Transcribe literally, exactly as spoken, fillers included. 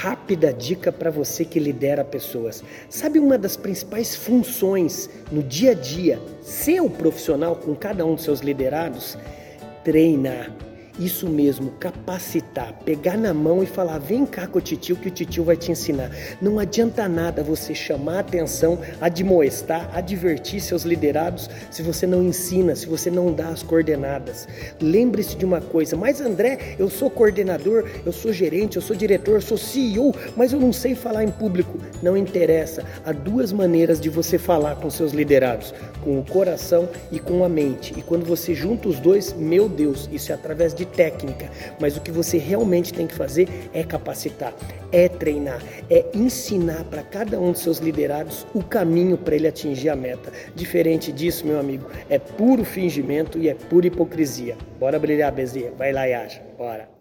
rápida dica para você que lidera pessoas. Sabe uma das principais funções no dia a dia, seu profissional com cada um dos seus liderados? Treinar. Isso mesmo, capacitar, pegar na mão e falar, vem cá com o titio que o titio vai te ensinar. Não adianta nada você chamar a atenção, admoestar, advertir seus liderados se você não ensina, se você não dá as coordenadas. Lembre-se de uma coisa, mas André, eu sou coordenador, eu sou gerente, eu sou diretor, eu sou C E O, mas eu não sei falar em público. Não interessa, há duas maneiras de você falar com seus liderados, com o coração e com a mente. E quando você junta os dois, meu Deus, isso é através de técnica, mas o que você realmente tem que fazer é capacitar, é treinar, é ensinar para cada um dos seus liderados o caminho para ele atingir a meta. Diferente disso, meu amigo, é puro fingimento e é pura hipocrisia. Bora brilhar, Bezinha, vai lá e acha, bora.